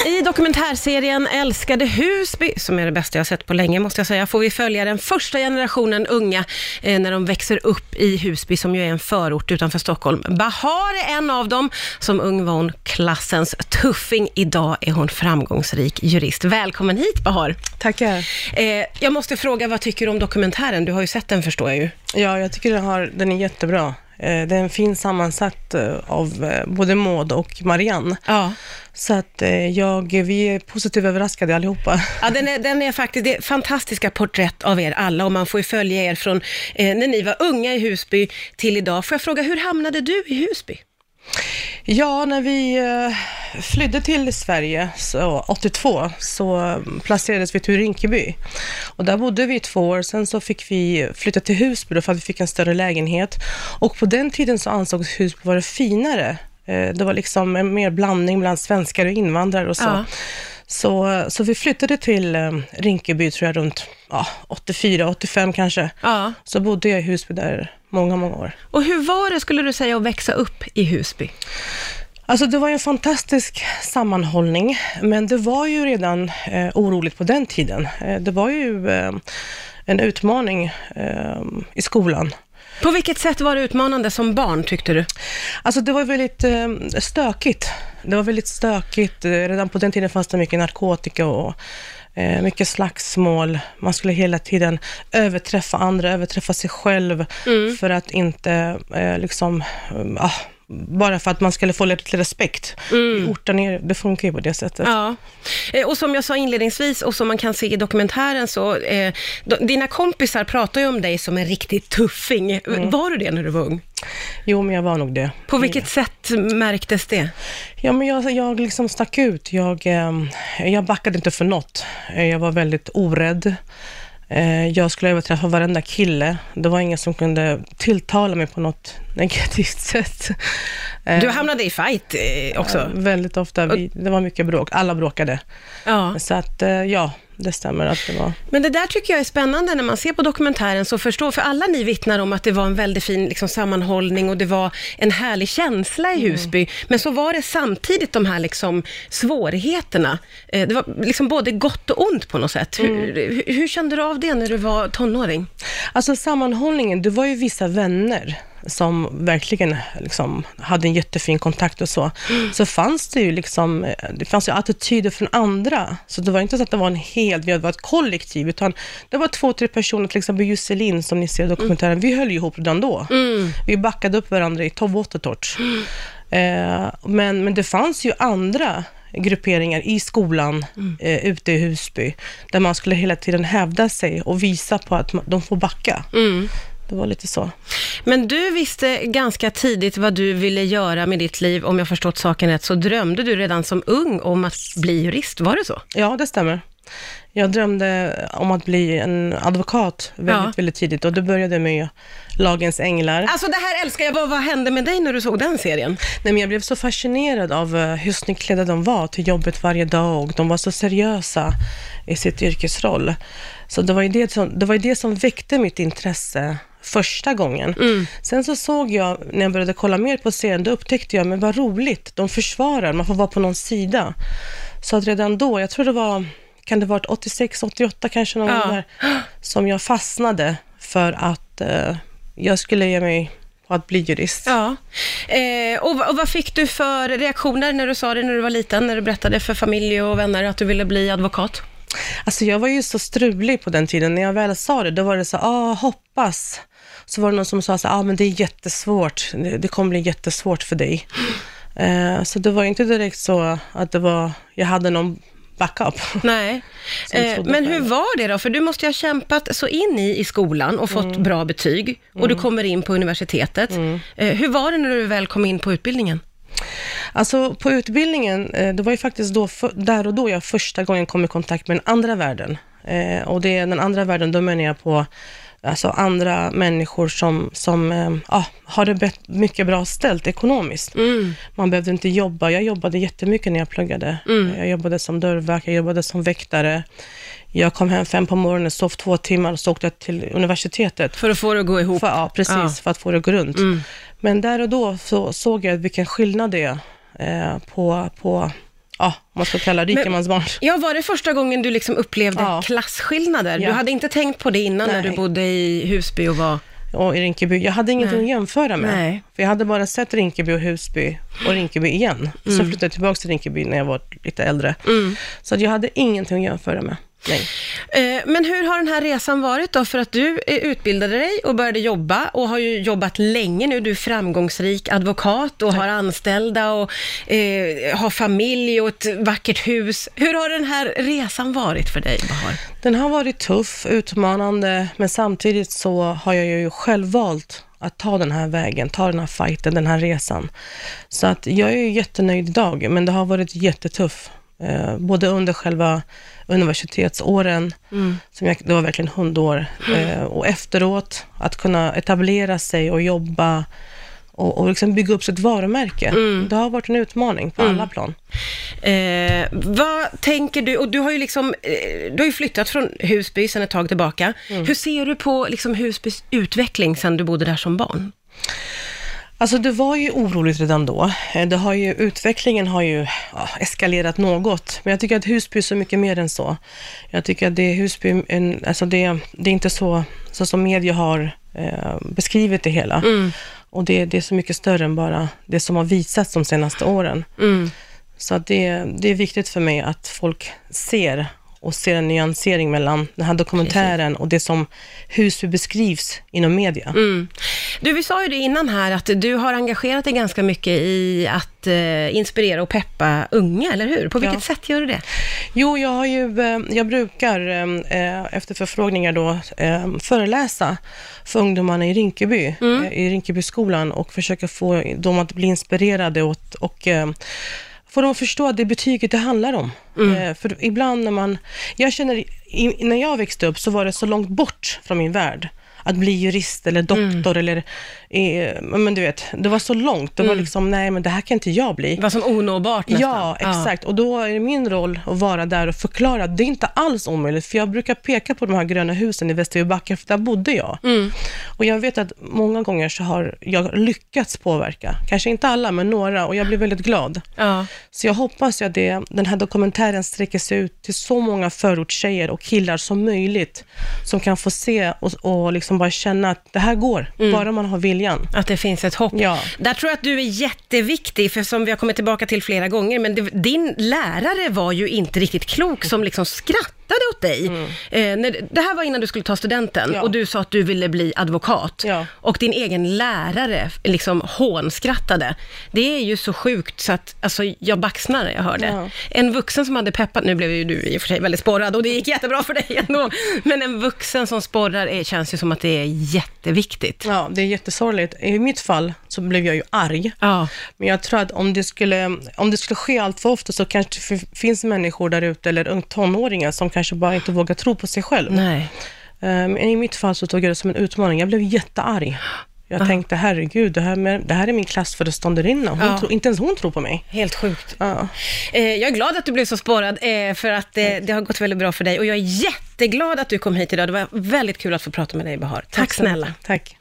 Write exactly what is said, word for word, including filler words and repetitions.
I dokumentärserien Älskade Husby, som är det bästa jag sett på länge måste jag säga, får vi följa den första generationen unga eh, när de växer upp i Husby, som ju är en förort utanför Stockholm. Bahar är en av dem. Som ung var hon klassens tuffing. Idag är hon framgångsrik jurist. Välkommen hit, Bahar. Tackar. Eh, jag måste fråga, vad tycker du om dokumentären? Du har ju sett den, förstår jag ju. Ja, jag tycker den, har, den är jättebra. Den finns sammansatt av både Maud och Marianne. Ja. Så att jag, vi är positivt överraskade allihopa. Ja, den är, den är faktiskt det är fantastiska porträtt av er alla, och man får ju följa er från eh, när ni var unga i Husby till idag. Får jag fråga, hur hamnade du i Husby? Ja, när vi eh, flydde till Sverige så, åttiotvå så placerades vi till Rinkeby. Och där bodde vi i två år. Sen så fick vi flytta till Husby då, för att vi fick en större lägenhet. Och på den tiden så ansågs Husby vara finare. Eh, det var liksom en mer blandning bland svenskar och invandrare och så. Ja. Så, så vi flyttade till eh, Rinkeby, tror jag, runt ja, åttiofyra åttiofem kanske. Ja. Så bodde jag i Husby där många, många år. Och hur var det, skulle du säga, att växa upp i Husby? Alltså det var ju en fantastisk sammanhållning, men det var ju redan eh, oroligt på den tiden. Eh, det var ju eh, en utmaning eh, i skolan. På vilket sätt var det utmanande som barn, tyckte du? Alltså det var väldigt eh, stökigt. Det var väldigt stökigt. Redan på den tiden fanns det mycket narkotika och eh, mycket slagsmål. Man skulle hela tiden överträffa andra, överträffa sig själv mm. för att inte eh, liksom... Eh, bara för att man skulle få lite respekt. Mm. Orta ner, det funkar ju på det sättet. Ja. Och som jag sa inledningsvis, och som man kan se i dokumentären, så eh, dina kompisar pratar ju om dig som en riktigt tuffing. Mm. Var du det när du var ung? Jo, men jag var nog det. På vilket ja. sätt märktes det? Ja, men jag, jag liksom stack ut. Jag, eh, jag backade inte för något. Jag var väldigt orädd. Jag skulle överträffa varenda kille. Det var ingen som kunde tilltala mig på något negativt sätt. Du hamnade i fight också? Ja, väldigt ofta. Vi, det var mycket bråk. Alla bråkade. Ja. Så att, ja, det stämmer att det var. Men det där tycker jag är spännande när man ser på dokumentären, så förstår, för alla ni vittnar om att det var en väldigt fin liksom, sammanhållning, och det var en härlig känsla i Husby. Mm. Men så var det samtidigt de här liksom, svårigheterna. Det var liksom både gott och ont på något sätt. Mm. Hur, hur, hur kände du av det när du var tonåring? Alltså sammanhållningen, det var ju vissa vänner som verkligen liksom hade en jättefin kontakt och så. Mm. Så fanns det ju liksom, det fanns ju attityder från andra. Så det var inte så att det var en hel, vi var ett kollektiv, utan det var två, tre personer, till exempel Jusselin som ni ser i dokumentären. Mm. Vi höll ju ihop redan då. Mm. Vi backade upp varandra i tov och torrt. Mm. Eh, men, men det fanns ju andra grupperingar i skolan mm. eh, ute i Husby, där man skulle hela tiden hävda sig och visa på att man, de får backa. Mm. Det var lite så. Men du visste ganska tidigt vad du ville göra med ditt liv. Om jag förstått saken rätt, så drömde du redan som ung om att bli jurist. Var det så? Ja, det stämmer. Jag drömde om att bli en advokat väldigt, ja. väldigt tidigt. Och det började med Lagens änglar. Alltså det här älskar jag. Vad, vad hände med dig när du såg den serien? Nej, men jag blev så fascinerad av hur snyggt klädda de var till jobbet varje dag. Och de var så seriösa i sitt yrkesroll. Så det var ju det som, det var ju det som väckte mitt intresse första gången. Mm. Sen så såg jag, när jag började kolla mer på serien, då upptäckte jag, men vad roligt, de försvarar, man får vara på någon sida. Så att redan då, jag tror det var, kan det varit åttiosex åttioåtta kanske någon ja. där, som jag fastnade för att eh, jag skulle ge mig på att bli jurist. Ja. Eh, och, och vad fick du för reaktioner när du sa det när du var liten, när du berättade för familj och vänner att du ville bli advokat? Alltså jag var ju så strulig på den tiden. När jag väl sa det, då var det så, ah, hoppas. Så var det någon som sa så, ah, men det är jättesvårt. Det, det kommer bli jättesvårt för dig. Mm. Eh, så det var inte direkt så att det var, jag hade någon backup. Nej. Eh, men hur var det då? För du måste ju ha kämpat så in i, i skolan och fått mm. bra betyg. Och mm. du kommer in på universitetet. Mm. Eh, hur var det när du väl kom in på utbildningen? Alltså på utbildningen, det var ju faktiskt då, där och då jag första gången kom i kontakt med den andra världen. Eh, och det är den andra världen, då menar jag på alltså andra människor som, som eh, ah, har det mycket bra ställt ekonomiskt. Mm. Man behövde inte jobba. Jag jobbade jättemycket när jag pluggade. Mm. Jag jobbade som dörrvakt, jag jobbade som väktare. Jag kom hem fem på morgonen, sov två timmar och så åkte jag till universitetet. För att få det att gå ihop? För, ja, precis. Ja. För att få det att gå runt. Mm. Men där och då så såg jag vilken skillnad det är eh, på, på ja, man ska kalla rikemansbarn. Ja, var det första gången du liksom upplevde Ja. klasskillnader? Ja. Du hade inte tänkt på det innan Nej. när du bodde i Husby och var... Och i Rinkeby. Jag hade ingenting Nej. att jämföra med. Nej. För jag hade bara sett Rinkeby och Husby och Rinkeby igen. Så Mm. flyttade jag tillbaka till Rinkeby när jag var lite äldre. Mm. Så att jag hade ingenting att jämföra med. Nej. Eh, Men hur har den här resan varit då? För att du eh, utbildade dig och började jobba och har ju jobbat länge nu. Du är framgångsrik advokat och har anställda och eh, har familj och ett vackert hus. Hur har den här resan varit för dig, Bahar? Den har varit tuff, utmanande, men samtidigt så har jag ju själv valt att ta den här vägen, ta den här fighten, den här resan. Så att jag är ju jättenöjd idag, men det har varit jättetuff. Eh, både under själva universitetsåren, Mm. som jag, det var verkligen hundår, eh, och efteråt att kunna etablera sig och jobba och, och liksom bygga upp sitt varumärke. Mm. Det har varit en utmaning på alla plan. Eh, vad tänker du, och du har ju liksom eh, du har ju flyttat från Husby sedan ett tag tillbaka. Hur ser du på liksom Husbys utveckling sedan du bodde där som barn? Alltså det var ju oroligt redan då. Det har ju, utvecklingen har ju ja, eskalerat något. Men jag tycker att Husby är så mycket mer än så. Jag tycker att det är Husby, en, alltså det, det är inte så, så som media har eh, beskrivit det hela. Mm. Och det, det är så mycket större än bara det som har visats de senaste åren. Mm. Så att det, det är viktigt för mig att folk ser och ser en nyansering mellan den här dokumentären och det som Husby beskrivs inom media. Mm. Du, vi sa ju det innan här att du har engagerat dig ganska mycket i att eh, inspirera och peppa unga, eller hur? På vilket Ja. sätt gör du det? Jo, jag har ju, eh, jag brukar eh, efter förfrågningar då eh, föreläsa för ungdomarna i Rinkeby, Mm. eh, i Rinkebyskolan, och försöka få dem att bli inspirerade och, och eh, få dem att förstå att det är betyget det handlar om. Mm. Eh, för ibland när man, jag känner, i, när jag växte upp så var det så långt bort från min värld. Att bli jurist eller doktor eller, eh, men du vet, det var så långt. Det var Mm. liksom, nej men det här kan inte jag bli. Vad som onåbart nästan. Ja, exakt. Och då är det min roll att vara där och förklara att det är inte alls omöjligt. För jag brukar peka på de här gröna husen i Västerjöbacka, för där bodde jag. Mm. Och jag vet att många gånger så har jag lyckats påverka. Kanske inte alla, men några. Och jag blir väldigt glad. Ja. Så jag hoppas ju att det, den här dokumentären sträcker sig ut till så många förortstjejer och killar som möjligt. Som kan få se och, och liksom bara känna att det här går. Mm. Bara man har viljan. Att det finns ett hopp. Ja. Där tror jag att du är jätteviktig, för som vi har kommit tillbaka till flera gånger, men det, din lärare var ju inte riktigt klok som liksom skrattade åt dig. Mm. Eh, när, det här var innan du skulle ta studenten Ja. och du sa att du ville bli advokat. Ja. Och din egen lärare liksom hånskrattade. Det är ju så sjukt så att alltså, jag baxnar när jag hör det. Ja. En vuxen som hade peppat, nu blev ju du i och för sig väldigt sporrad och det gick jättebra för dig ändå, men en vuxen som sporrar är, känns ju som att det är jätteviktigt. Ja, det är jättesorgligt. I mitt fall så blev jag ju arg. Ja. Men jag tror att om det skulle, om det skulle ske allt för ofta så kanske det finns människor där ute, eller ung tonåringar, som kanske bara inte vågar tro på sig själv. Nej. Eh, Men i mitt fall så tog jag det som en utmaning. Jag blev jättearg. Jag tänkte, herregud, det här, med, det här är min klassföreståndarinna. Hon Ja. tror, inte ens hon tror på mig. Helt sjukt. Ja. Eh, jag är glad att du blev så spårad, eh, för att eh, det har gått väldigt bra för dig. Och jag är jätteglad att du kom hit idag. Det var väldigt kul att få prata med dig, Bahar. Tack, Tack så mycket. snälla. Tack.